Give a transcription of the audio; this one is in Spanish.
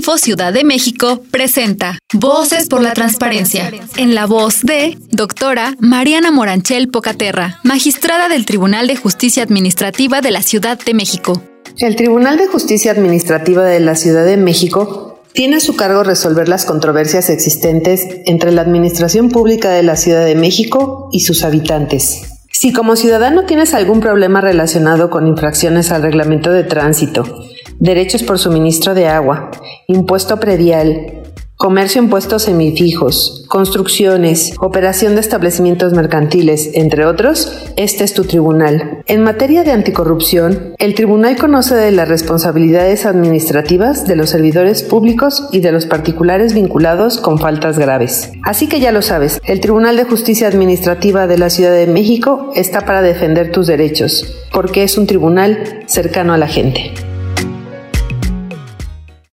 Info Ciudad de México presenta Voces por la Transparencia, en la voz de doctora Mariana Moranchel Pocaterra, magistrada del Tribunal de Justicia Administrativa de la Ciudad de México. El Tribunal de Justicia Administrativa de la Ciudad de México tiene a su cargo resolver las controversias existentes entre la Administración Pública de la Ciudad de México y sus habitantes. Si como ciudadano tienes algún problema relacionado con infracciones al reglamento de tránsito, derechos por suministro de agua, impuesto predial, comercio en puestos semifijos, construcciones, operación de establecimientos mercantiles, entre otros, este es tu tribunal. En materia de anticorrupción, el tribunal conoce de las responsabilidades administrativas de los servidores públicos y de los particulares vinculados con faltas graves. Así que ya lo sabes, el Tribunal de Justicia Administrativa de la Ciudad de México está para defender tus derechos, porque es un tribunal cercano a la gente.